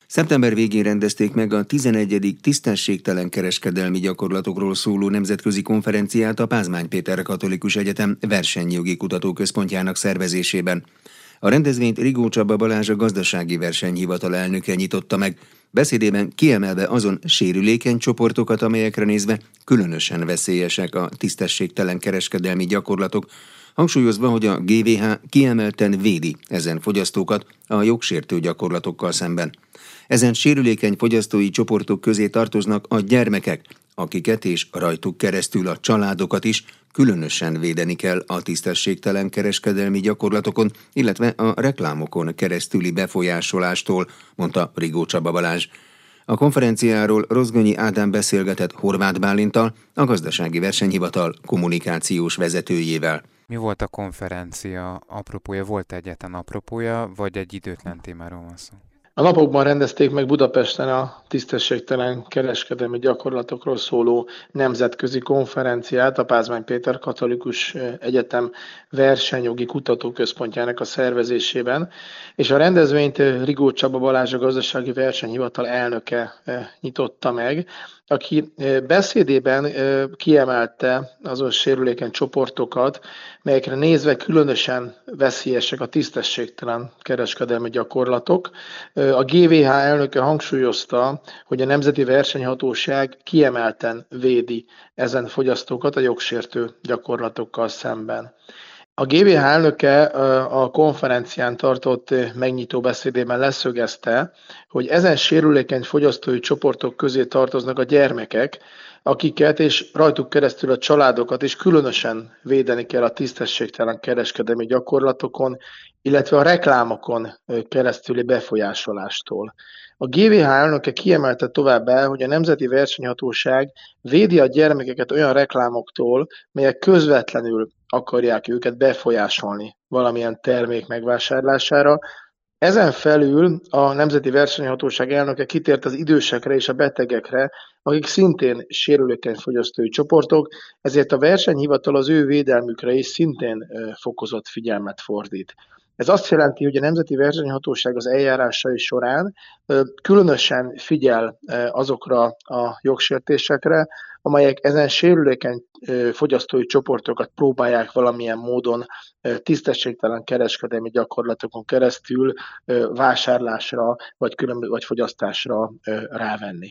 Szeptember végén rendezték meg a 11. tisztességtelen kereskedelmi gyakorlatokról szóló nemzetközi konferenciát a Pázmány Péter Katolikus Egyetem versenyjogi kutatóközpontjának szervezésében. A rendezvényt Rigó Csaba Balázs, a Gazdasági Versenyhivatal elnöke nyitotta meg, beszédében kiemelve azon sérülékeny csoportokat, amelyekre nézve különösen veszélyesek a tisztességtelen kereskedelmi gyakorlatok, hangsúlyozva, hogy a GVH kiemelten védi ezen fogyasztókat a jogsértő gyakorlatokkal szemben. Ezen sérülékeny fogyasztói csoportok közé tartoznak a gyermekek, akiket és rajtuk keresztül a családokat is különösen védeni kell a tisztességtelen kereskedelmi gyakorlatokon, illetve a reklámokon keresztüli befolyásolástól, mondta Rigó Csaba Balázs. A konferenciáról Rozgonyi Ádám beszélgetett Horváth Bálinttal, a Gazdasági Versenyhivatal kommunikációs vezetőjével. Mi volt a konferencia apropója? Volt egyetlen apropója, vagy egy időtlen témáról van szó? A napokban rendezték meg Budapesten a tisztességtelen kereskedelmi gyakorlatokról szóló nemzetközi konferenciát a Pázmány Péter Katolikus Egyetem versenyjogi kutatóközpontjának a szervezésében, és a rendezvényt Rigó Csaba Balázs, a Gazdasági Versenyhivatal elnöke nyitotta meg, aki beszédében kiemelte azon sérülékeny csoportokat, melyekre nézve különösen veszélyesek a tisztességtelen kereskedelmi gyakorlatok. A GVH elnöke hangsúlyozta, hogy a Nemzeti Versenyhatóság kiemelten védi ezen fogyasztókat a jogsértő gyakorlatokkal szemben. A GVH elnöke a konferencián tartott megnyitó beszédében leszögezte, hogy ezen sérülékeny fogyasztói csoportok közé tartoznak a gyermekek, akiket és rajtuk keresztül a családokat is különösen védeni kell a tisztességtelen kereskedelmi gyakorlatokon, illetve a reklámokon keresztüli befolyásolástól. A GVH elnöke kiemelte továbbá, hogy a Nemzeti Versenyhatóság védi a gyermekeket olyan reklámoktól, melyek közvetlenül akarják őket befolyásolni valamilyen termék megvásárlására. Ezen felül a Nemzeti Versenyhatóság elnöke kitért az idősekre és a betegekre, akik szintén sérülékeny fogyasztói csoportok, ezért a versenyhivatal az ő védelmükre is szintén fokozott figyelmet fordít. Ez azt jelenti, hogy a Nemzeti Versenyhatóság az eljárásai során különösen figyel azokra a jogsértésekre, amelyek ezen sérülékeny fogyasztói csoportokat próbálják valamilyen módon tisztességtelen kereskedelmi gyakorlatokon keresztül vásárlásra vagy fogyasztásra rávenni.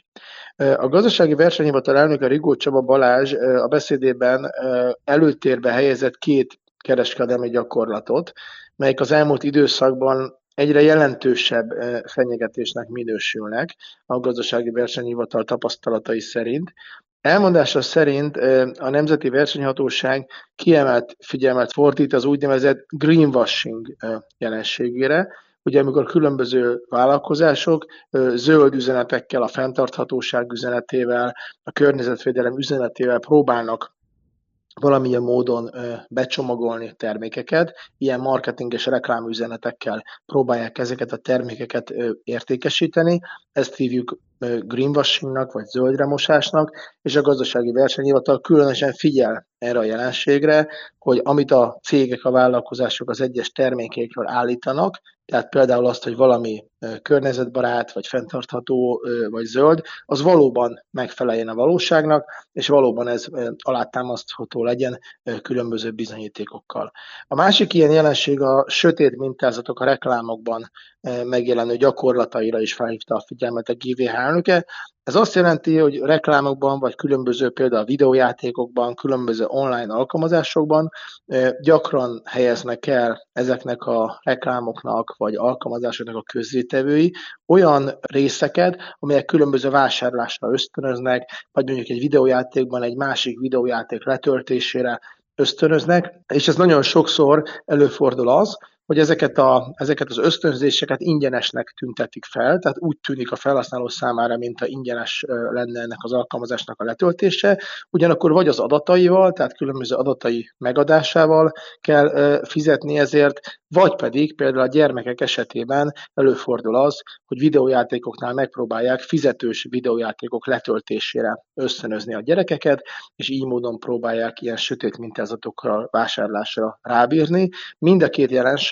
A Gazdasági Versenyhivatal elnöke Rigó Csaba Balázs a beszédében előtérbe helyezett két kereskedelmi gyakorlatot, melyek az elmúlt időszakban egyre jelentősebb fenyegetésnek minősülnek a Gazdasági Versenyhivatal tapasztalatai szerint. Elmondása szerint a Nemzeti Versenyhatóság kiemelt figyelmet fordít az úgynevezett greenwashing jelenségére, ugye amikor különböző vállalkozások zöld üzenetekkel, a fenntarthatóság üzenetével, a környezetvédelem üzenetével próbálnak valamilyen módon becsomagolni termékeket, ilyen marketing és reklámüzenetekkel próbálják ezeket a termékeket értékesíteni, ezt hívjuk greenwashingnak vagy zöldremosásnak, és a Gazdasági Versenyhivatal különösen figyel erre a jelenségre, hogy amit a cégek, a vállalkozások az egyes termékeikről állítanak, tehát például azt, hogy valami környezetbarát, vagy fenntartható, vagy zöld, az valóban megfeleljen a valóságnak, és valóban ez alátámasztható legyen különböző bizonyítékokkal. A másik ilyen jelenség a sötét mintázatok a reklámokban megjelenő gyakorlataira is felhívta a figyelmet a GVH elnöke. Ez azt jelenti, hogy reklámokban, vagy különböző például videójátékokban, különböző online alkalmazásokban gyakran helyeznek el ezeknek a reklámoknak, vagy alkalmazásoknak a közzétevői olyan részeket, amelyek különböző vásárlásra ösztönöznek, vagy mondjuk egy videójátékban egy másik videójáték letöltésére ösztönöznek, és ez nagyon sokszor előfordul az, hogy ezeket az ösztönzéseket ingyenesnek tüntetik fel, tehát úgy tűnik a felhasználó számára, mintha ingyenes lenne ennek az alkalmazásnak a letöltése, ugyanakkor vagy az adataival, tehát különböző adatai megadásával kell fizetni ezért, vagy pedig például a gyermekek esetében előfordul az, hogy videójátékoknál megpróbálják fizetős videójátékok letöltésére ösztönözni a gyerekeket, és így módon próbálják ilyen sötét mintázatokkal vásárlásra rábírni. Mind a két jelenség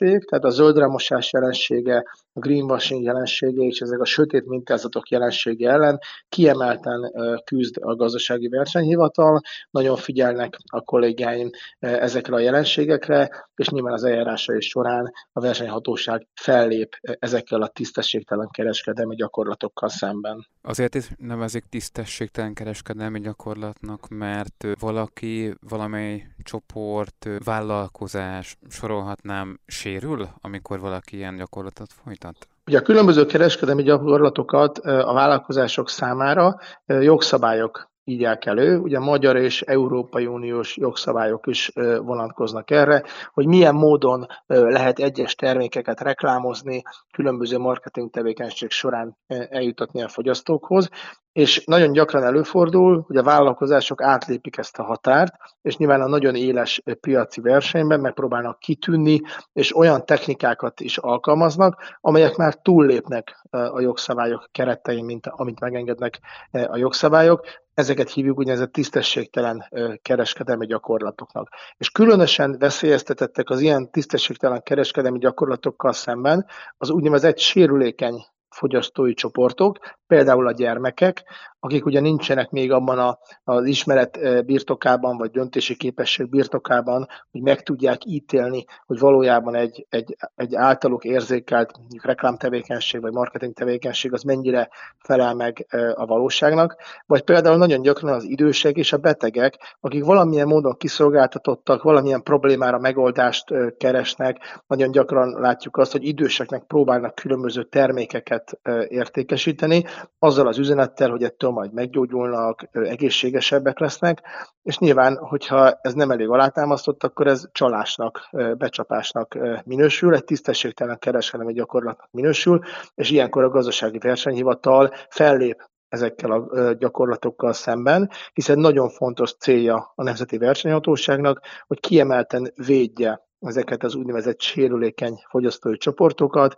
jelenség, tehát a zöldremosás jelensége, a greenwashing jelensége és ezek a sötét mintázatok jelensége ellen kiemelten küzd a gazdasági versenyhivatal, nagyon figyelnek a kollégáim ezekre a jelenségekre, és nyilván az eljárásai során a versenyhatóság fellép ezekkel a tisztességtelen kereskedelmi gyakorlatokkal szemben. Azért is nevezik tisztességtelen kereskedelmi gyakorlatnak, mert valaki, valamely csoport, vállalkozás, sorolhatnám, sérül, amikor valaki ilyen gyakorlatot folytat? Ugye a különböző kereskedelmi gyakorlatokat a vállalkozások számára jogszabályok írják elő, ugye magyar és Európai Uniós jogszabályok is vonatkoznak erre, hogy milyen módon lehet egyes termékeket reklámozni, különböző marketing tevékenység során eljutatni a fogyasztókhoz, és nagyon gyakran előfordul, hogy a vállalkozások átlépik ezt a határt, és nyilván a nagyon éles piaci versenyben megpróbálnak kitűnni, és olyan technikákat is alkalmaznak, amelyek már túllépnek a jogszabályok keretein, mint amit megengednek a jogszabályok. Ezeket hívjuk úgynevezett tisztességtelen kereskedelmi gyakorlatoknak. És különösen veszélyeztetettek az ilyen tisztességtelen kereskedelmi gyakorlatokkal szemben az úgynevezett sérülékeny fogyasztói csoportok, például a gyermekek, akik ugye nincsenek még abban az ismeret birtokában, vagy döntési képesség birtokában, hogy meg tudják ítélni, hogy valójában egy általuk érzékelt reklámtevékenység, vagy marketing tevékenység az mennyire felel meg a valóságnak, vagy például nagyon gyakran az idősek és a betegek, akik valamilyen módon kiszolgáltatottak, valamilyen problémára megoldást keresnek, nagyon gyakran látjuk azt, hogy időseknek próbálnak különböző termékeket értékesíteni, azzal az üzenettel, hogy ettől majd meggyógyulnak, egészségesebbek lesznek, és nyilván, hogyha ez nem elég alátámasztott, akkor ez csalásnak, becsapásnak minősül, egy tisztességtelen kereskedelmi gyakorlatnak minősül, és ilyenkor a gazdasági versenyhivatal fellép ezekkel a gyakorlatokkal szemben, hiszen nagyon fontos célja a Nemzeti Versenyhatóságnak, hogy kiemelten védje ezeket az úgynevezett sérülékeny fogyasztói csoportokat,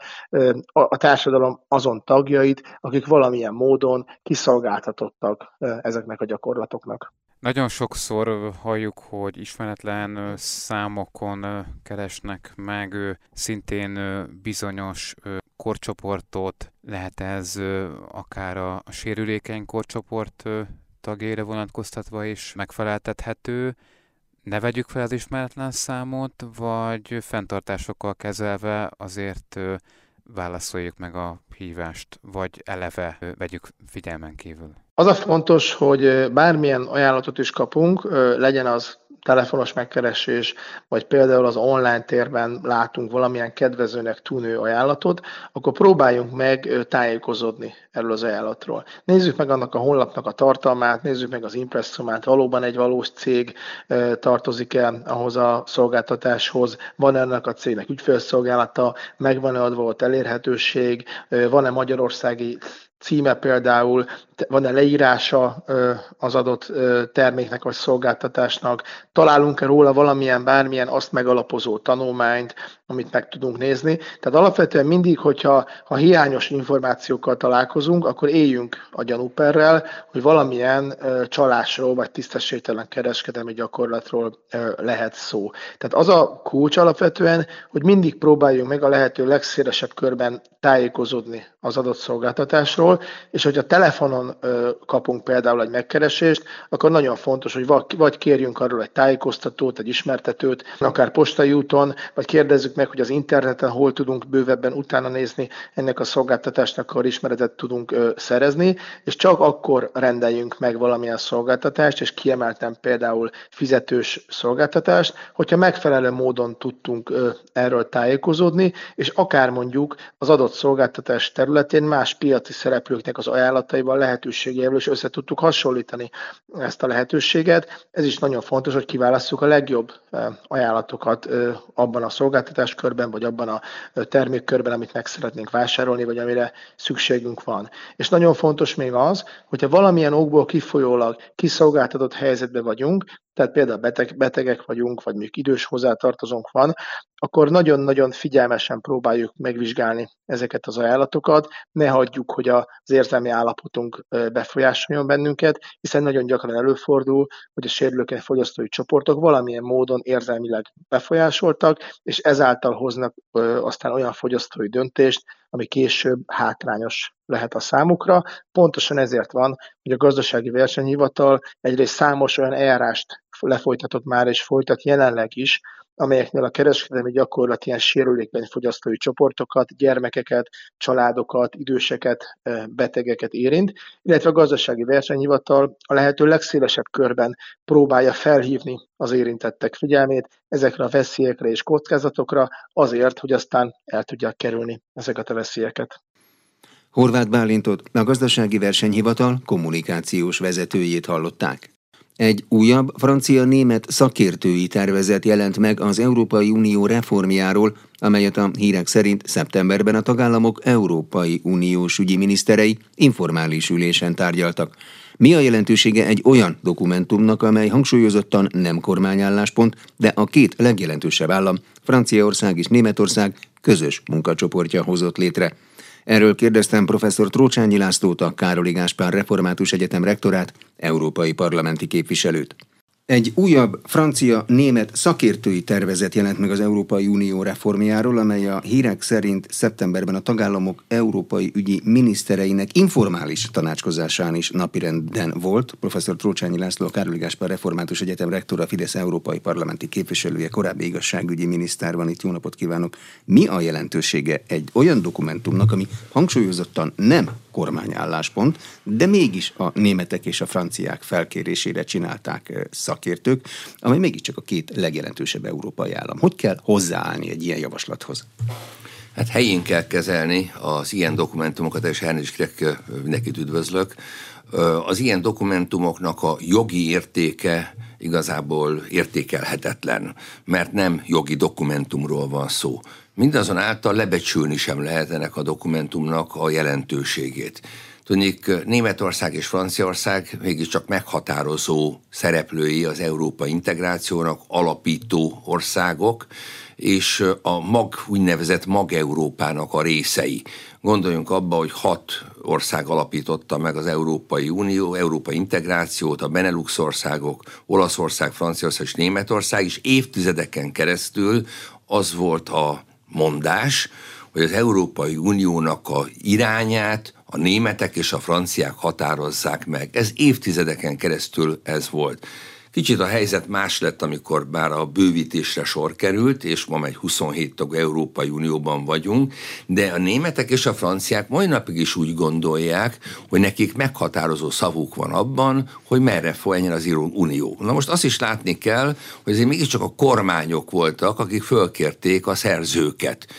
a társadalom azon tagjait, akik valamilyen módon kiszolgáltatottak ezeknek a gyakorlatoknak. Nagyon sokszor halljuk, hogy ismeretlen számokon keresnek meg szintén bizonyos korcsoportot, lehet ez akár a sérülékeny korcsoport tagjaira vonatkoztatva is megfeleltethető. Ne vegyük fel az ismeretlen számot, vagy fenntartásokkal kezelve azért válaszoljuk meg a hívást, vagy eleve vegyük figyelmen kívül? Az a fontos, hogy bármilyen ajánlatot is kapunk, legyen az telefonos megkeresés, vagy például az online térben látunk valamilyen kedvezőnek tűnő ajánlatot, akkor próbáljunk meg tájékozódni erről az ajánlatról. Nézzük meg annak a honlapnak a tartalmát, nézzük meg az impresszumát, valóban egy valós cég tartozik-e ahhoz a szolgáltatáshoz, van ennek a cégnek ügyfélszolgálata, megvan-e adva ott elérhetőség, van-e magyarországi címe például, van-e leírása az adott terméknek vagy szolgáltatásnak, találunk-e róla bármilyen azt megalapozó tanulmányt, amit meg tudunk nézni. Tehát alapvetően mindig, hogyha hiányos információkkal találkozunk, akkor éljünk a gyanúperrel, hogy valamilyen csalásról vagy tisztességtelen kereskedelmi gyakorlatról lehet szó. Tehát az a kulcs alapvetően, hogy mindig próbáljunk meg a lehető legszélesebb körben tájékozódni az adott szolgáltatásról, és hogyha telefonon kapunk például egy megkeresést, akkor nagyon fontos, hogy vagy kérjünk arról egy tájékoztatót, egy ismertetőt, akár postai úton, vagy kérdezzük meg, hogy az interneten hol tudunk bővebben utána nézni ennek a szolgáltatásnak, ahol ismeretet tudunk szerezni, és csak akkor rendeljünk meg valamilyen szolgáltatást, és kiemelten például fizetős szolgáltatást, hogyha megfelelő módon tudtunk erről tájékozódni, és akár mondjuk az adott szolgáltatás területén más piaci szereplőknek az ajánlataival, lehetőségével is össze tudtuk hasonlítani ezt a lehetőséget. Ez is nagyon fontos, hogy kiválasszuk a legjobb ajánlatokat abban a szolgáltatáskörben, vagy abban a termékkörben, amit meg szeretnénk vásárolni, vagy amire szükségünk van. És nagyon fontos még az, hogyha valamilyen okból kifolyólag kiszolgáltatott helyzetben vagyunk, tehát például betegek vagyunk, vagy mondjuk idős hozzátartozónk van, akkor nagyon-nagyon figyelmesen próbáljuk megvizsgálni ezeket az ajánlatokat, ne hagyjuk, hogy az érzelmi állapotunk befolyásoljon bennünket, hiszen nagyon gyakran előfordul, hogy a sérülékeny fogyasztói csoportok valamilyen módon érzelmileg befolyásoltak, és ezáltal hoznak aztán olyan fogyasztói döntést, ami később hátrányos lehet a számukra. Pontosan ezért van, hogy a Gazdasági Versenyhivatal egyrészt számos olyan eljárást lefolytatott már és folytat jelenleg is, amelyeknél a kereskedelmi gyakorlat ilyen sérülékeny fogyasztói csoportokat, gyermekeket, családokat, időseket, betegeket érint, illetve a Gazdasági Versenyhivatal a lehető legszélesebb körben próbálja felhívni az érintettek figyelmét ezekre a veszélyekre és kockázatokra azért, hogy aztán el tudják kerülni ezeket a veszélyeket. Horváth Bálintot, a Gazdasági Versenyhivatal kommunikációs vezetőjét hallották. Egy újabb francia-német szakértői tervezet jelent meg az Európai Unió reformjáról, amelyet a hírek szerint szeptemberben a tagállamok Európai Uniós ügyi miniszterei informális ülésen tárgyaltak. Mi a jelentősége egy olyan dokumentumnak, amely hangsúlyozottan nem kormányálláspont, de a két legjelentősebb állam, Franciaország és Németország közös munkacsoportja hozott létre? Erről kérdeztem professzor Trócsányi Lászlót, a Károli Gáspár Református Egyetem rektorát, európai parlamenti képviselőt. Egy újabb francia-német szakértői tervezet jelent meg az Európai Unió reformjáról, amely a hírek szerint szeptemberben a tagállamok európai ügyi minisztereinek informális tanácskozásán is napirenden volt. Professzor Trócsányi László, a Károli Gáspár Református Egyetem rektora, Fidesz európai parlamenti képviselője, korábbi igazságügyi miniszter van itt. Jó napot kívánok! Mi a jelentősége egy olyan dokumentumnak, ami hangsúlyozottan nem kormányálláspont, de mégis a németek és a franciák felkérésére csinálták szakértők, amely mégiscsak a két legjelentősebb európai állam. Hogy kell hozzáállni egy ilyen javaslathoz? Hát helyén kell kezelni az ilyen dokumentumokat, és elnézést mindenkit üdvözlök. Az ilyen dokumentumoknak a jogi értéke igazából értékelhetetlen, mert nem jogi dokumentumról van szó. Mindazonáltal lebecsülni sem lehet ennek a dokumentumnak a jelentőségét. Tudnék, Németország és Franciaország mégiscsak meghatározó szereplői az európai integrációnak, alapító országok, és a úgynevezett mag-Európának a részei. Gondoljunk abba, hogy 6 ország alapította meg az Európai Unió, európai integrációt, a Benelux országok, Olaszország, Franciaország és Németország, és évtizedeken keresztül az volt a mondás, hogy az Európai Uniónak a irányát a németek és a franciák határozzák meg. Ez évtizedeken keresztül ez volt. Kicsit a helyzet más lett, amikor már a bővítésre sor került, és ma egy 27 tagú Európai Unióban vagyunk, de a németek és a franciák mai napig is úgy gondolják, hogy nekik meghatározó szavuk van abban, hogy merre folyjon az Unió. Na most azt is látni kell, hogy azért mégiscsak a kormányok voltak, akik fölkérték a szerzőket.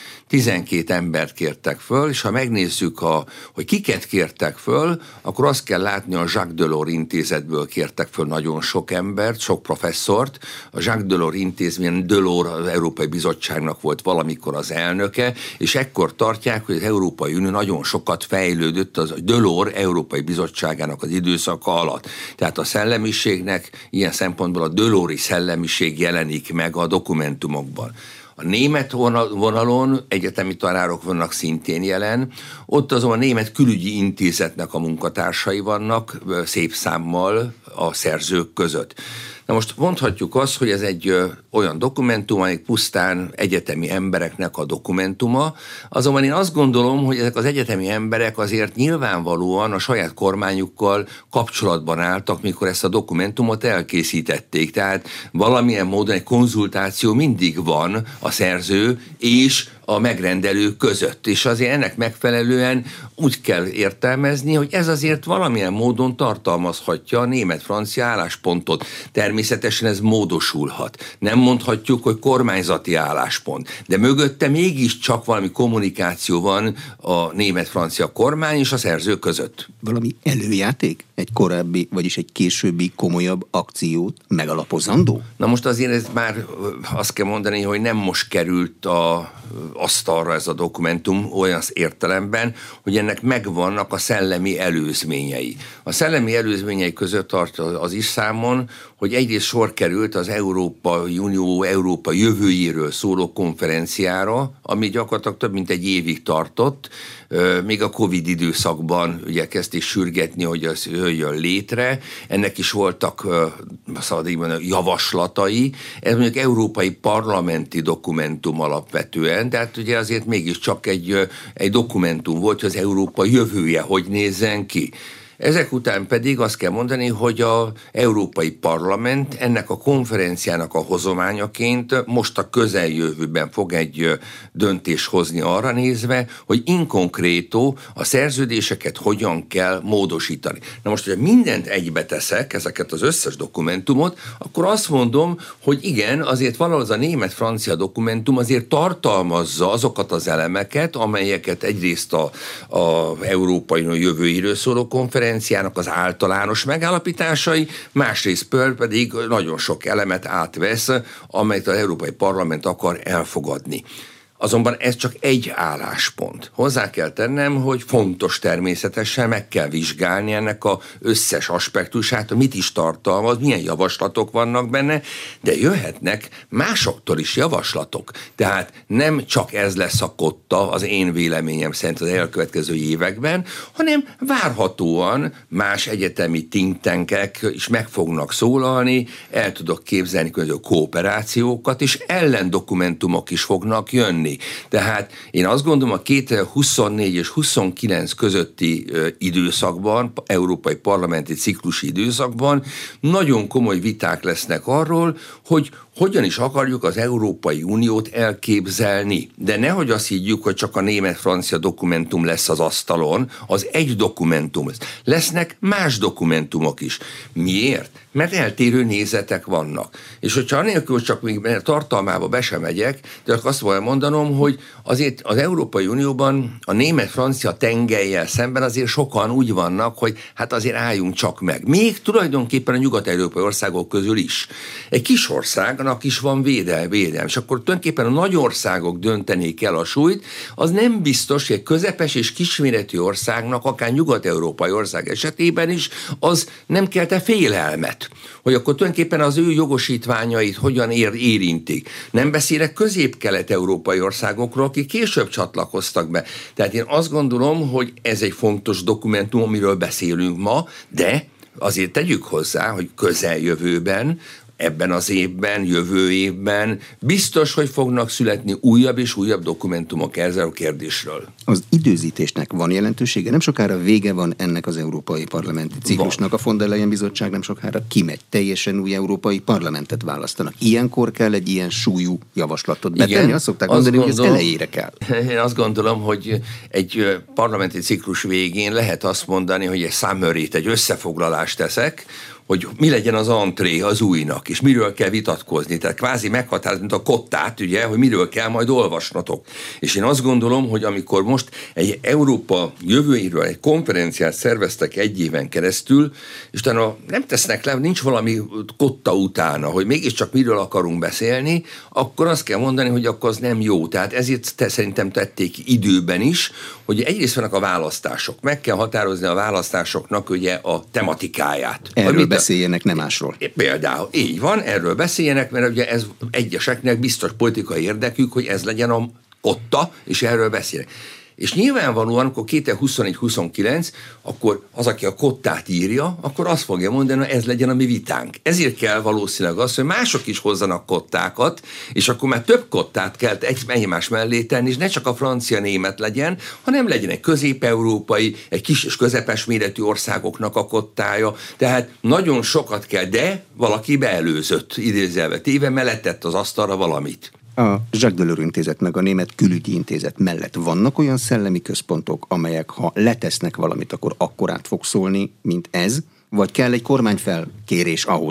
12 embert kértek föl, és ha megnézzük, hogy kiket kértek föl, akkor azt kell látni, a Jacques Delors intézetből kértek föl nagyon sok embert, sok professzort. A Jacques Delors intézmény, Delors az Európai Bizottságnak volt valamikor az elnöke, és ekkor tartják, hogy az Európai Unió nagyon sokat fejlődött az Delors Európai Bizottságának az időszaka alatt. Tehát a szellemiségnek ilyen szempontból a Delors-i szellemiség jelenik meg a dokumentumokban. A német vonalon egyetemi tanárok vannak szintén jelen, ott azonban a Német Külügyi Intézetnek a munkatársai vannak szép számmal a szerzők között. Na most mondhatjuk azt, hogy ez egy olyan dokumentum, amely pusztán egyetemi embereknek a dokumentuma, azonban én azt gondolom, hogy ezek az egyetemi emberek azért nyilvánvalóan a saját kormányukkal kapcsolatban álltak, mikor ezt a dokumentumot elkészítették. Tehát valamilyen módon egy konzultáció mindig van a szerző és a megrendelő között. És azért ennek megfelelően úgy kell értelmezni, hogy ez azért valamilyen módon tartalmazhatja a német-francia álláspontot. Természetesen ez módosulhat. Nem mondhatjuk, hogy kormányzati álláspont, de mögötte mégiscsak valami kommunikáció van a német-francia kormány és a szerző között. Valami előjáték? Egy korábbi, vagyis egy későbbi komolyabb akciót megalapozandó? Na most azért ez már azt kell mondani, hogy nem most került asztalra ez a dokumentum olyan értelemben, hogy ennek megvannak a szellemi előzményei. A szellemi előzményei között tart az is számon, hogy egyrészt sor került az Európai Unió Európa jövőjéről szóló konferenciára, ami gyakorlatilag több mint egy évig tartott, még a Covid időszakban ugye kezdték sürgetni, hogy az jöjjön létre. Ennek is voltak szabad így mondani, javaslatai. Ez mondjuk európai parlamenti dokumentum alapvetően, de hát ugye azért mégiscsak egy dokumentum volt, hogy az Európa jövője hogy nézzen ki. Ezek után pedig azt kell mondani, hogy az Európai Parlament ennek a konferenciának a hozományaként most a közeljövőben fog egy döntést hozni arra nézve, hogy in concreto a szerződéseket hogyan kell módosítani. Na most, hogyha mindent egybe teszek, ezeket az összes dokumentumot, akkor azt mondom, hogy igen, azért valahol az a német-francia dokumentum azért tartalmazza azokat az elemeket, amelyeket egyrészt a Európai Unió jövőjéről szóló konferenciának az általános megállapításai, másrészt pedig nagyon sok elemet átvesz, amelyet az Európai Parlament akar elfogadni. Azonban ez csak egy álláspont. Hozzá kell tennem, hogy fontos természetesen, meg kell vizsgálni ennek az összes aspektusát, mit is tartalmaz, milyen javaslatok vannak benne, de jöhetnek másoktól is javaslatok. Tehát nem csak ez lesz a kotta, az én véleményem szerint az elkövetkező években, hanem várhatóan más egyetemi think tankek is meg fognak szólalni, el tudok képzelni közül kooperációkat, és ellendokumentumok is fognak jönni. Tehát én azt gondolom, a 2024 és 29 közötti időszakban, európai parlamenti ciklusi időszakban nagyon komoly viták lesznek arról, hogy hogyan is akarjuk az Európai Uniót elképzelni. De nehogy azt higgyük, hogy csak a német-francia dokumentum lesz az asztalon, az egy dokumentum. Lesznek más dokumentumok is. Miért? Mert eltérő nézetek vannak. És hogyha anélkül csak még tartalmába be sem megyek, de akkor azt volna mondanom, hogy azért az Európai Unióban a német-francia tengellyel szemben azért sokan úgy vannak, hogy hát azért álljunk csak meg. Még tulajdonképpen a nyugat-európai országok közül is. Egy kis országnak is van védelem, és akkor tulajdonképpen a nagy országok döntenék el a súlyt, az nem biztos, hogy egy közepes és kisméretű országnak, akár nyugat-európai ország esetében is, az nem kelte félelmet, hogy akkor tulajdonképpen az ő jogosítványait hogyan érintik. Nem beszélek közép-kelet-európai országokról, akik később csatlakoztak be. Tehát én azt gondolom, hogy ez egy fontos dokumentum, amiről beszélünk ma, de azért tegyük hozzá, hogy közeljövőben, ebben az évben, jövő évben biztos, hogy fognak születni újabb és újabb dokumentumok ezzel a kérdésről. Az időzítésnek van jelentősége? Nem sokára vége van ennek az európai parlamenti ciklusnak. A von der Leyen bizottság nem sokára kimegy. Teljesen új európai parlamentet választanak. Ilyenkor kell egy ilyen súlyú javaslatot betenni? Igen, azt szokták mondani, hogy ez elejére kell. Én azt gondolom, hogy egy parlamenti ciklus végén lehet azt mondani, hogy egy summary-t, egy összefoglalást teszek, hogy mi legyen az entrée az újnak, és miről kell vitatkozni. Tehát kvázi meghatározni, mint a kottát, ugye, hogy miről kell majd olvasnatok. És én azt gondolom, hogy amikor most egy Európa jövőjéről egy konferenciát szerveztek egy éven keresztül, és utána nem tesznek le, nincs valami kotta utána, hogy mégiscsak miről akarunk beszélni, akkor azt kell mondani, hogy akkor az nem jó. Tehát ezért szerintem tették időben is, hogy egyrészt vannak a választások. Meg kell határozni a választásoknak ugye a tematikáját. Erről beszéljenek, nem másról. Például így van, erről beszéljenek, mert ugye ez egyeseknek biztos politikai érdekük, hogy ez legyen a kotta, és erről beszélnek. És nyilvánvalóan, akkor 2024-29, akkor az, aki a kottát írja, akkor azt fogja mondani, hogy ez legyen a mi vitánk. Ezért kell valószínűleg az, hogy mások is hozzanak kottákat, és akkor már több kottát kell egymás mellé tenni, és ne csak a francia-német legyen, hanem legyen egy közép-európai, egy kis és közepes méretű országoknak a kottája. Tehát nagyon sokat kell, de valaki beelőzött, idézelve téve, mellett tett az asztalra valamit. A Jacques Delors intézet meg a Német Külügyi Intézet mellett vannak olyan szellemi központok, amelyek ha letesznek valamit, akkor akkorát fog szólni, mint ez? Vagy kell egy kormányfelkérés ahhoz,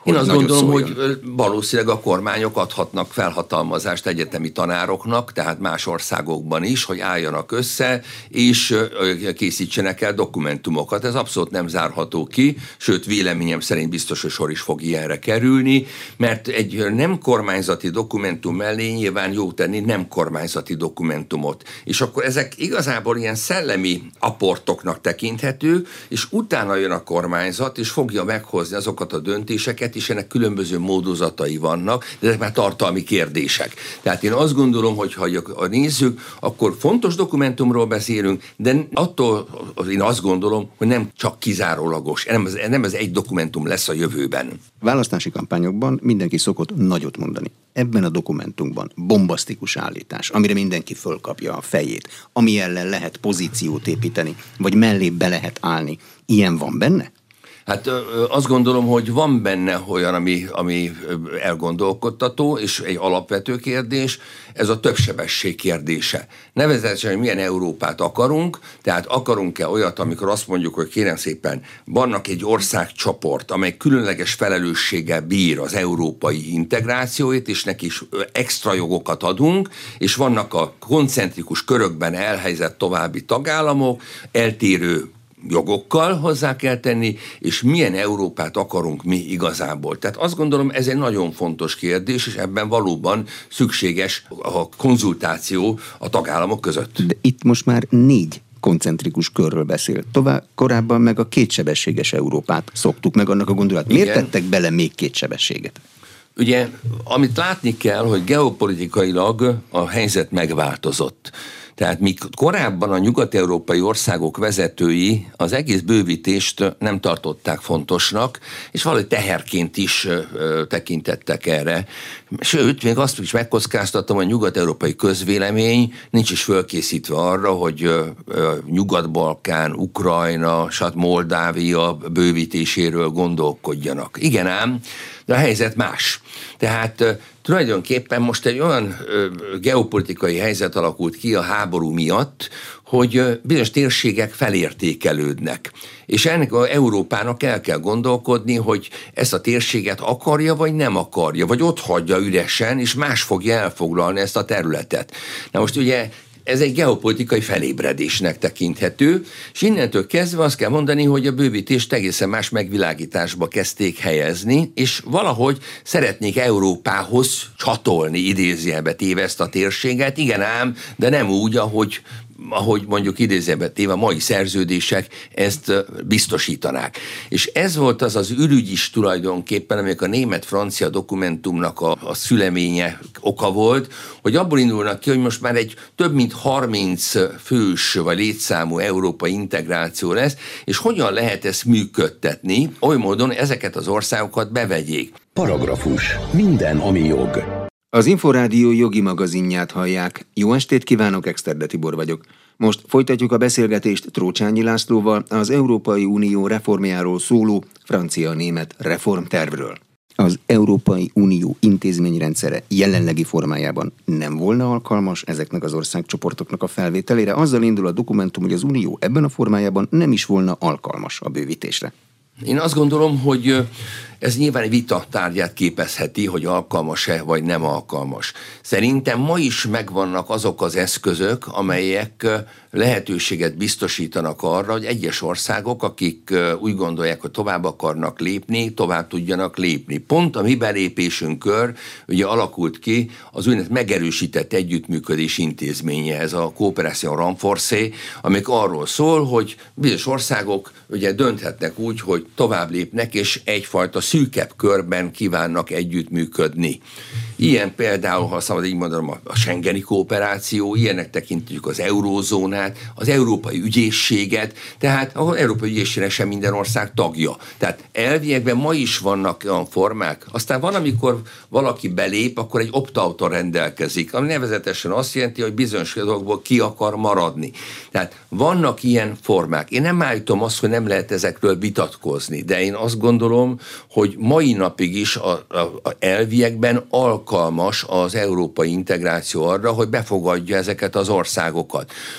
Én azt gondolom, hogy valószínűleg a kormányok adhatnak felhatalmazást egyetemi tanároknak, tehát más országokban is, hogy álljanak össze, és készítsenek el dokumentumokat. Ez abszolút nem zárható ki, sőt véleményem szerint biztos, hogy sor is fog ilyenre kerülni, mert egy nem kormányzati dokumentum mellé nyilván jó tenni nem kormányzati dokumentumot. És akkor ezek igazából ilyen szellemi aportoknak tekinthető, és utána jön a kormányzat, és fogja meghozni azokat a döntéseket, és ennek különböző módozatai vannak, de ezek már tartalmi kérdések. Tehát én azt gondolom, hogy ha nézzük, akkor fontos dokumentumról beszélünk, de attól én azt gondolom, hogy nem csak kizárólagos, nem ez egy dokumentum lesz a jövőben. Választási kampányokban mindenki szokott nagyot mondani. Ebben a dokumentumban bombasztikus állítás, amire mindenki fölkapja a fejét, ami ellen lehet pozíciót építeni, vagy mellé be lehet állni. Ilyen van benne? Hát azt gondolom, hogy van benne olyan, ami elgondolkodtató, és egy alapvető kérdés, ez a többsebesség kérdése. Nevezetesen, hogy milyen Európát akarunk, tehát akarunk-e olyat, amikor azt mondjuk, hogy kérem szépen, vannak egy országcsoport, amely különleges felelősséggel bír az európai integrációit, és neki is extra jogokat adunk, és vannak a koncentrikus körökben elhelyezett további tagállamok, eltérő jogokkal hozzá kell tenni, és milyen Európát akarunk mi igazából. Tehát azt gondolom, ez egy nagyon fontos kérdés, és ebben valóban szükséges a konzultáció a tagállamok között. De itt most már 4 koncentrikus körről beszél. Korábban meg a kétsebességes Európát szoktuk meg annak a gondolat. Miért tettek bele még kétsebességet? Ugye, amit látni kell, hogy geopolitikailag a helyzet megváltozott. Tehát míg korábban a nyugat-európai országok vezetői az egész bővítést nem tartották fontosnak, és valahogy teherként is tekintettek erre. Sőt, még azt is megkockáztatom, hogy a nyugat-európai közvélemény nincs is fölkészítve arra, hogy Nyugat-Balkán, Ukrajna, Moldávia bővítéséről gondolkodjanak. Igen ám, de a helyzet más. Tehát tulajdonképpen most egy olyan geopolitikai helyzet alakult ki a háború miatt, hogy bizonyos térségek felértékelődnek. És ennek a Európának el kell gondolkodni, hogy ezt a térséget akarja, vagy nem akarja, vagy ott hagyja üresen, és más fogja elfoglalni ezt a területet. Na most ugye ez egy geopolitikai felébredésnek tekinthető, és innentől kezdve azt kell mondani, hogy a bővítést egészen más megvilágításba kezdték helyezni, és valahogy szeretnék Európához csatolni, idézőjelbe téve ezt a térséget, igen ám, de nem úgy, ahogy mondjuk idézőjelbe téve a mai szerződések ezt biztosítanák. És ez volt az ürügy is tulajdonképpen, amelyek a német-francia dokumentumnak a szüleménye oka volt, hogy abból indulnak ki, hogy most már egy több mint 30 fős vagy létszámú európai integráció lesz, és hogyan lehet ezt működtetni, oly módon ezeket az országokat bevegyék. Paragrafus. Minden, ami jog. Az Inforádió jogi magazinját hallják. Jó estét kívánok, Exterde Tibor vagyok. Most folytatjuk a beszélgetést Trócsányi Lászlóval az Európai Unió reformjáról szóló francia-német reformtervről. Az Európai Unió intézményrendszere jelenlegi formájában nem volna alkalmas ezeknek az országcsoportoknak a felvételére. Azzal indul a dokumentum, hogy az Unió ebben a formájában nem is volna alkalmas a bővítésre. Én azt gondolom, hogy ez nyilván egy vita tárgyát képezheti, hogy alkalmas-e vagy nem alkalmas. Szerintem ma is megvannak azok az eszközök, amelyek lehetőséget biztosítanak arra, hogy egyes országok, akik úgy gondolják, hogy tovább akarnak lépni, tovább tudjanak lépni. Pont a mi belépésünkkor ugye alakult ki az úgynevezett megerősített együttműködés intézménye, ez a Coopération Renforcée, amik arról szól, hogy bizonyos országok ugye dönthetnek úgy, hogy tovább lépnek, és egyfajta szűkebb körben kívánnak együttműködni. Ilyen például, ha szabad így mondanom, a Schengeni kooperáció, ilyenek tekintjük az eurózónát, az Európai Ügyészséget, tehát az Európai Ügyészségnek sem minden ország tagja. Tehát elviekben ma is vannak olyan formák. Aztán van, amikor valaki belép, akkor egy opt-out-on rendelkezik, ami nevezetesen azt jelenti, hogy bizonyos dolgokból ki akar maradni. Tehát vannak ilyen formák. Én nem állítom azt, hogy nem lehet ezekről vitatkozni, de én azt gondolom, hogy mai napig is a elviekben alkalmas az európai integráció arra, hogy befogadja ezeket az országokat.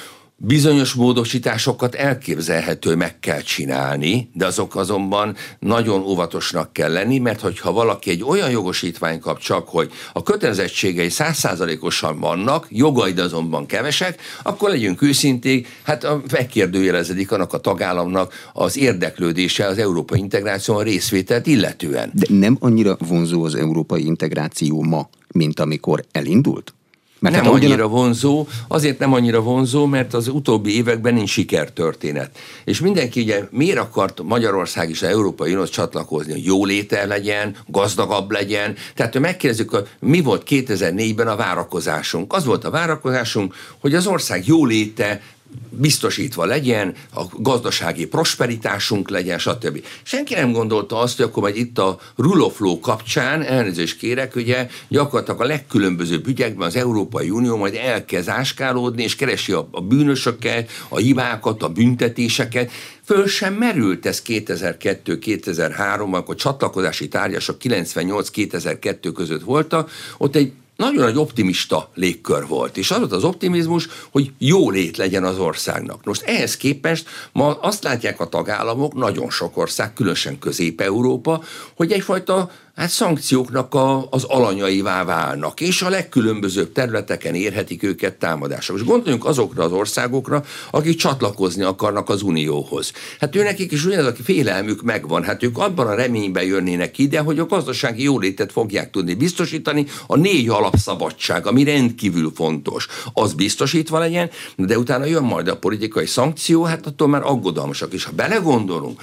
Bizonyos módosításokat elképzelhető meg kell csinálni, de azok azonban nagyon óvatosnak kell lenni, mert hogyha valaki egy olyan jogosítvány kap csak, hogy a kötelezettségei 100%-osan vannak, jogaid azonban kevesek, akkor legyünk őszinték, hát megkérdőjelezedik annak a tagállamnak az érdeklődése az európai integráción részvételt illetően. De nem annyira vonzó az európai integráció ma, mint amikor elindult? Mert nem annyira vonzó, azért nem annyira vonzó, mert az utóbbi években nincs sikertörténet. És mindenki ugye miért akart Magyarország is az Európai Unióhoz csatlakozni, hogy jóléte legyen, gazdagabb legyen. Tehát megkérdezzük, mi volt 2004-ben a várakozásunk. Az volt a várakozásunk, hogy az ország jóléte biztosítva legyen, a gazdasági prosperitásunk legyen, stb. Senki nem gondolta azt, hogy akkor majd itt a rule of law kapcsán, elnézést kérek, ugye gyakorlatilag a legkülönbözőbb ügyekben az Európai Unió majd elkezd áskálódni, és keresi a bűnösöket, a hibákat, a büntetéseket. Föl sem merült ez 2002-2003, akkor csatlakozási tárgyalások 98-2002 között voltak, ott egy nagyon nagy optimista légkör volt, és az volt az optimizmus, hogy jólét legyen az országnak. Most ehhez képest ma azt látják a tagállamok, nagyon sok ország, különösen Közép-Európa, hogy egyfajta szankcióknak az alanyaivá válnak, és a legkülönbözőbb területeken érhetik őket támadások. És gondoljunk azokra az országokra, akik csatlakozni akarnak az Unióhoz. Hát őnekik is ugyanaz, aki félelmük megvan. Hát ők abban a reményben jönnének ide, hogy a gazdasági jólétet fogják tudni biztosítani, a 4 alapszabadság, ami rendkívül fontos, az biztosítva legyen, de utána jön majd a politikai szankció, hát attól már aggodalmasak. És ha belegondolunk,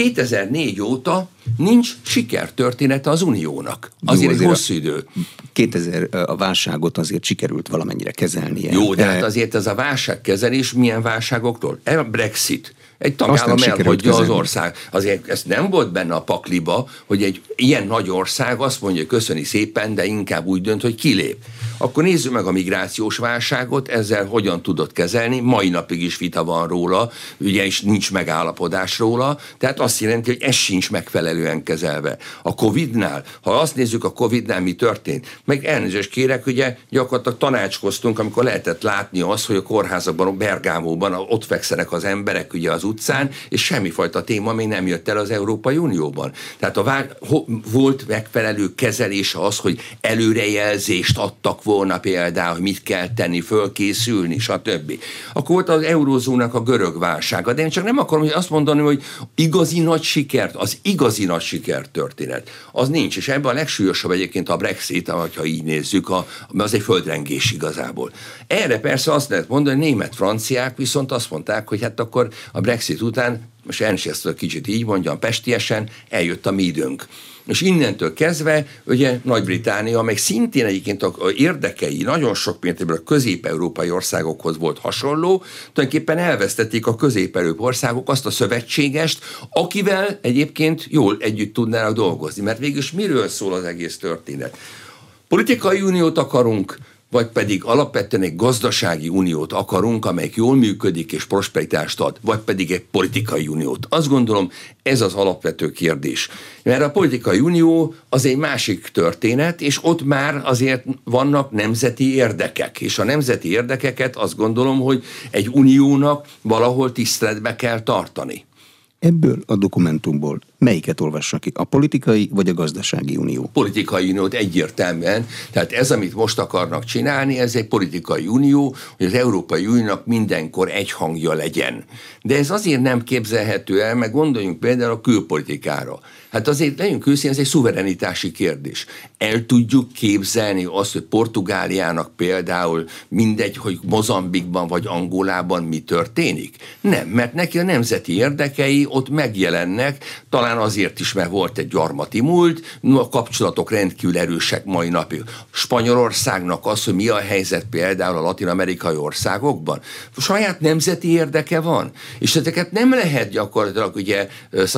2004 óta nincs sikertörténete az Uniónak. Azért egy hosszú idő. 2000 a válságot azért sikerült valamennyire kezelnie. Jó, de hát azért ez a válságkezelés milyen válságoktól? A Brexit. Egy tagállam elhagyja az ország. Azért ez nem volt benne a pakliba, hogy egy ilyen nagy ország azt mondja, hogy köszöni szépen, de inkább úgy dönt, hogy kilép. Akkor nézzük meg a migrációs válságot, ezzel hogyan tudott kezelni, mai napig is vita van róla, ugye is nincs megállapodás róla, tehát azt jelenti, hogy ez sincs megfelelően kezelve. A Covid-nál, ha azt nézzük, a Covid-nál mi történt, meg elnézést kérek, ugye gyakorlatilag tanácskoztunk, amikor lehetett látni azt, hogy a kórházakban, a Bergámóban ott fekszenek az emberek ugye az utcán, és semmifajta téma még nem jött el az Európai Unióban. Tehát volt megfelelő kezelése az, hogy előrejelzést adtak volna például, hogy mit kell tenni, fölkészülni, stb. Akkor volt az eurózónak a görög válsága, de én csak nem akarom azt mondani, hogy igazi nagy sikert, az igazi nagy sikertörténet, az nincs, és ebben a legsúlyosabb egyébként a Brexit, ha így nézzük, az egy földrengés igazából. Erre persze azt lehet mondani, hogy német-franciák viszont azt mondták, hogy hát akkor a Brexit után, most ezt kicsit így mondjam, pestiesen, eljött a mi időnk. És innentől kezdve, ugye Nagy-Britannia, meg szintén egyébként a érdekei nagyon sok mértékben a közép-európai országokhoz volt hasonló, tulajdonképpen elvesztették a közép-európai országok azt a szövetségest, akivel egyébként jól együtt tudnának dolgozni. Mert végülis miről szól az egész történet? Politikai uniót akarunk, vagy pedig alapvetően egy gazdasági uniót akarunk, amelyik jól működik és prosperitást ad, vagy pedig egy politikai uniót. Azt gondolom, ez az alapvető kérdés. Mert a politikai unió az egy másik történet, és ott már azért vannak nemzeti érdekek, és a nemzeti érdekeket azt gondolom, hogy egy uniónak valahol tiszteletbe kell tartani. Ebből a dokumentumból melyiket olvassa ki? A politikai vagy a gazdasági unió? Politikai uniót egyértelműen. Tehát ez, amit most akarnak csinálni, ez egy politikai unió, hogy az Európai Uniónak mindenkor egy hangja legyen. De ez azért nem képzelhető el, meg gondoljunk például a külpolitikára. Hát azért legyünk őszintén, ez egy szuverenitási kérdés. El tudjuk képzelni azt, hogy Portugáliának például mindegy, hogy Mozambikban vagy Angolában mi történik? Nem, mert neki a nemzeti érdekei ott megjelennek, talán azért is, mert volt egy gyarmati múlt, a kapcsolatok rendkívül erősek mai napig. Spanyolországnak az, hogy mi a helyzet például a latin-amerikai országokban, saját nemzeti érdeke van, és ezeket nem lehet gyakorlatilag ugye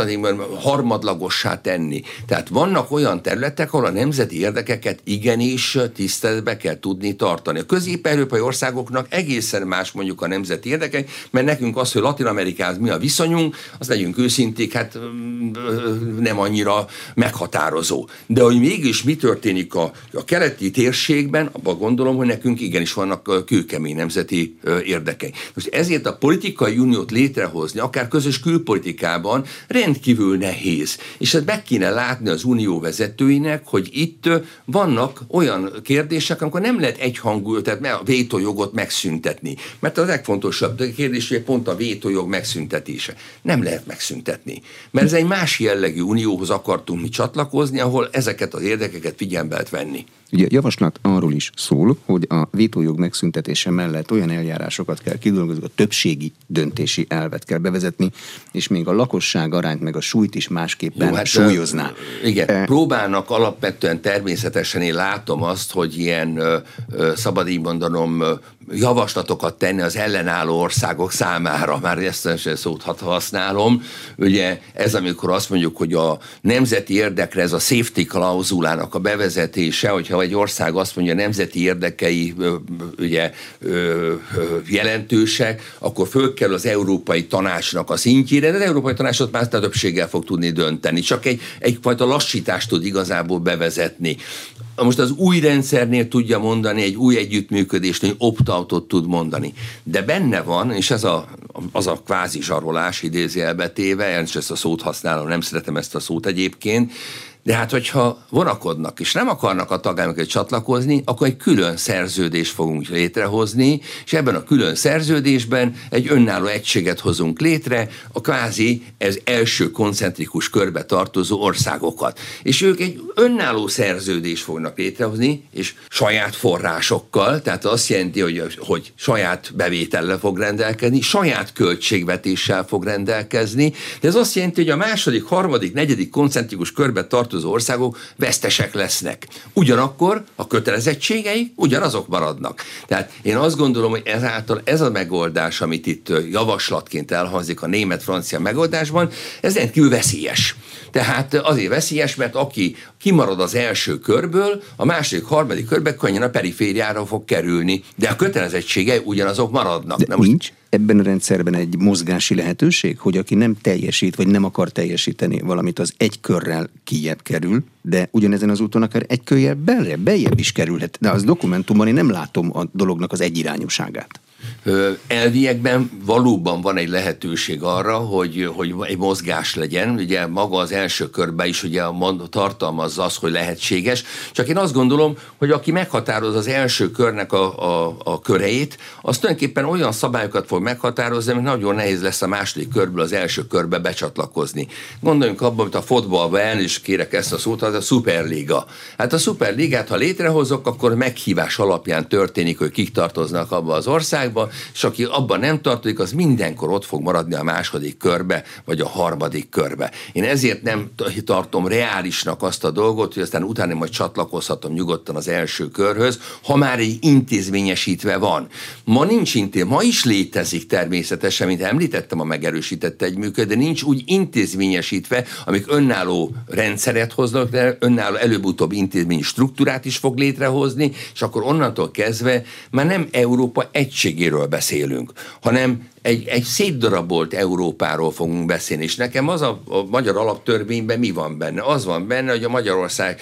harmadlagossá tenni. Tehát vannak olyan területek, ahol a nemzeti érdekeket igenis tiszteletbe kell tudni tartani. A közép-európai országoknak egészen más mondjuk a nemzeti érdekek, mert nekünk az, hogy Latin-Amerikához mi a viszonyunk, az legyünk őszinték, hát nem annyira meghatározó. De hogy mégis mi történik a keleti térségben, abban gondolom, hogy nekünk igenis vannak kőkemény nemzeti érdekei. Most ezért a politikai uniót létrehozni, akár közös külpolitikában rendkívül nehéz. És ezt meg kéne látni az unió vezetőinek, hogy itt vannak olyan kérdések, amikor nem lehet egyhangú, tehát a vétójogot megszüntetni. Mert a legfontosabb kérdés, hogy pont a vétójog megszüntetése. Nem lehet megszüntetni. Mert ez egy más jellegű unióhoz akartunk mi csatlakozni, ahol ezeket az érdekeket figyelembe lehet venni. Ugye a javaslat arról is szól, hogy a vétójog megszüntetése mellett olyan eljárásokat kell kidolgozni, a többségi döntési elvet kell bevezetni, és még a lakosság arányt meg a súlyt is másképpen súlyozná. Igen, próbálnak alapvetően természetesen, én látom azt, hogy ilyen szabad így mondanom, javaslatokat tenni az ellenálló országok számára, már ezt a szót használom. Ugye ez, amikor azt mondjuk, hogy a nemzeti érdekre ez a safety klauzulának a bevezetése, hogyha egy ország azt mondja, nemzeti érdekei ugye jelentősek, akkor fölkerül az Európai Tanácsnak a szintjére, de az Európai Tanácsot már többséggel fog tudni dönteni. Csak egyfajta lassítást tud igazából bevezetni. Most az új rendszernél tudja mondani, egy új együttműködésnél opt-outot tud mondani. De benne van, és ez az a kvázi zsarolás idézőjelbe téve, és ezt a szót használom, nem szeretem ezt a szót egyébként, de hát, hogyha vonakodnak, és nem akarnak a tagállamok csatlakozni, akkor egy külön szerződést fogunk létrehozni, és ebben a külön szerződésben egy önálló egységet hozunk létre, a kvázi ez első koncentrikus körbe tartozó országokat. És ők egy önálló szerződést fognak létrehozni, és saját forrásokkal, tehát azt jelenti, hogy saját bevétellel fog rendelkezni, saját költségvetéssel fog rendelkezni, de ez azt jelenti, hogy a második, harmadik, negyedik koncentrikus körbe tartozó országok vesztesek lesznek. Ugyanakkor a kötelezettségei ugyanazok maradnak. Tehát én azt gondolom, hogy ezáltal ez a megoldás, amit itt javaslatként elhangzik a német-francia megoldásban, ez rendkívül veszélyes. Tehát azért veszélyes, mert aki kimarad az első körből, a második, harmadik körbe könnyen a perifériára fog kerülni, de a kötelezettségei ugyanazok maradnak. De nincs ebben a rendszerben egy mozgási lehetőség, hogy aki nem teljesít, vagy nem akar teljesíteni valamit, az egy körrel kijebb kerül, de ugyanezen az úton akár egy körrel beljebb is kerülhet. De az dokumentumban én nem látom a dolognak az egyirányúságát. Elviekben valóban van egy lehetőség arra, hogy egy mozgás legyen. Ugye maga az első körben is ugye tartalmazza az, hogy lehetséges. Csak én azt gondolom, hogy aki meghatároz az első körnek a köreit, az tulajdonképpen olyan szabályokat fog meghatározni, hogy nagyon nehéz lesz a második körből az első körbe becsatlakozni. Gondoljunk abban, hogy a fotballban, el is kérek ezt a szót, az a szuperliga. Hát a szuperligát, ha létrehozok, akkor meghívás alapján történik, hogy kik tartoznak abba az országba, és aki abban nem tartozik, az mindenkor ott fog maradni a második körbe, vagy a harmadik körbe. Én ezért nem tartom reálisnak azt a dolgot, hogy aztán utána majd csatlakozhatom nyugodtan az első körhöz, ha már egy intézményesítve van. Ma nincs ma is létezik természetesen, mint említettem, a megerősített együttműködés, de nincs úgy intézményesítve, amik önálló rendszeret hoznak, de önálló előbb-utóbb intézményi struktúrát is fog létrehozni, és akkor onnantól kezdve már nem Európa egységéről beszélünk, hanem egy szétdarabolt Európáról fogunk beszélni, és nekem az a magyar alaptörvényben mi van benne? Az van benne, hogy a Magyarország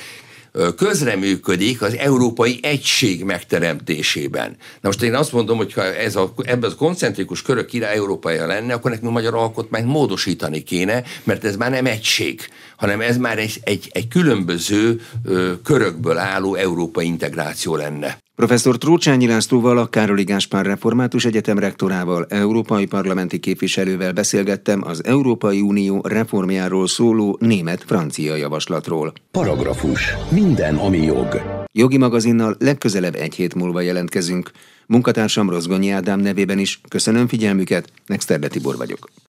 közreműködik az európai egység megteremtésében. Na most én azt mondom, hogy ha ebben a koncentrikus körök király Európája lenne, akkor nekünk a magyar alkotmányt módosítani kéne, mert ez már nem egység, hanem ez már egy különböző körökből álló európai integráció lenne. Professzor Trócsányi Lászlóval, a Károly Gáspár Református Egyetem rektorával, európai parlamenti képviselővel beszélgettem az Európai Unió reformjáról szóló német-francia javaslatról. Paragrafus. Minden, ami jog. Jogi magazinnal legközelebb egy hét múlva jelentkezünk. Munkatársam Rozgonyi Ádám nevében is köszönöm figyelmüket, Nexterle Tibor vagyok.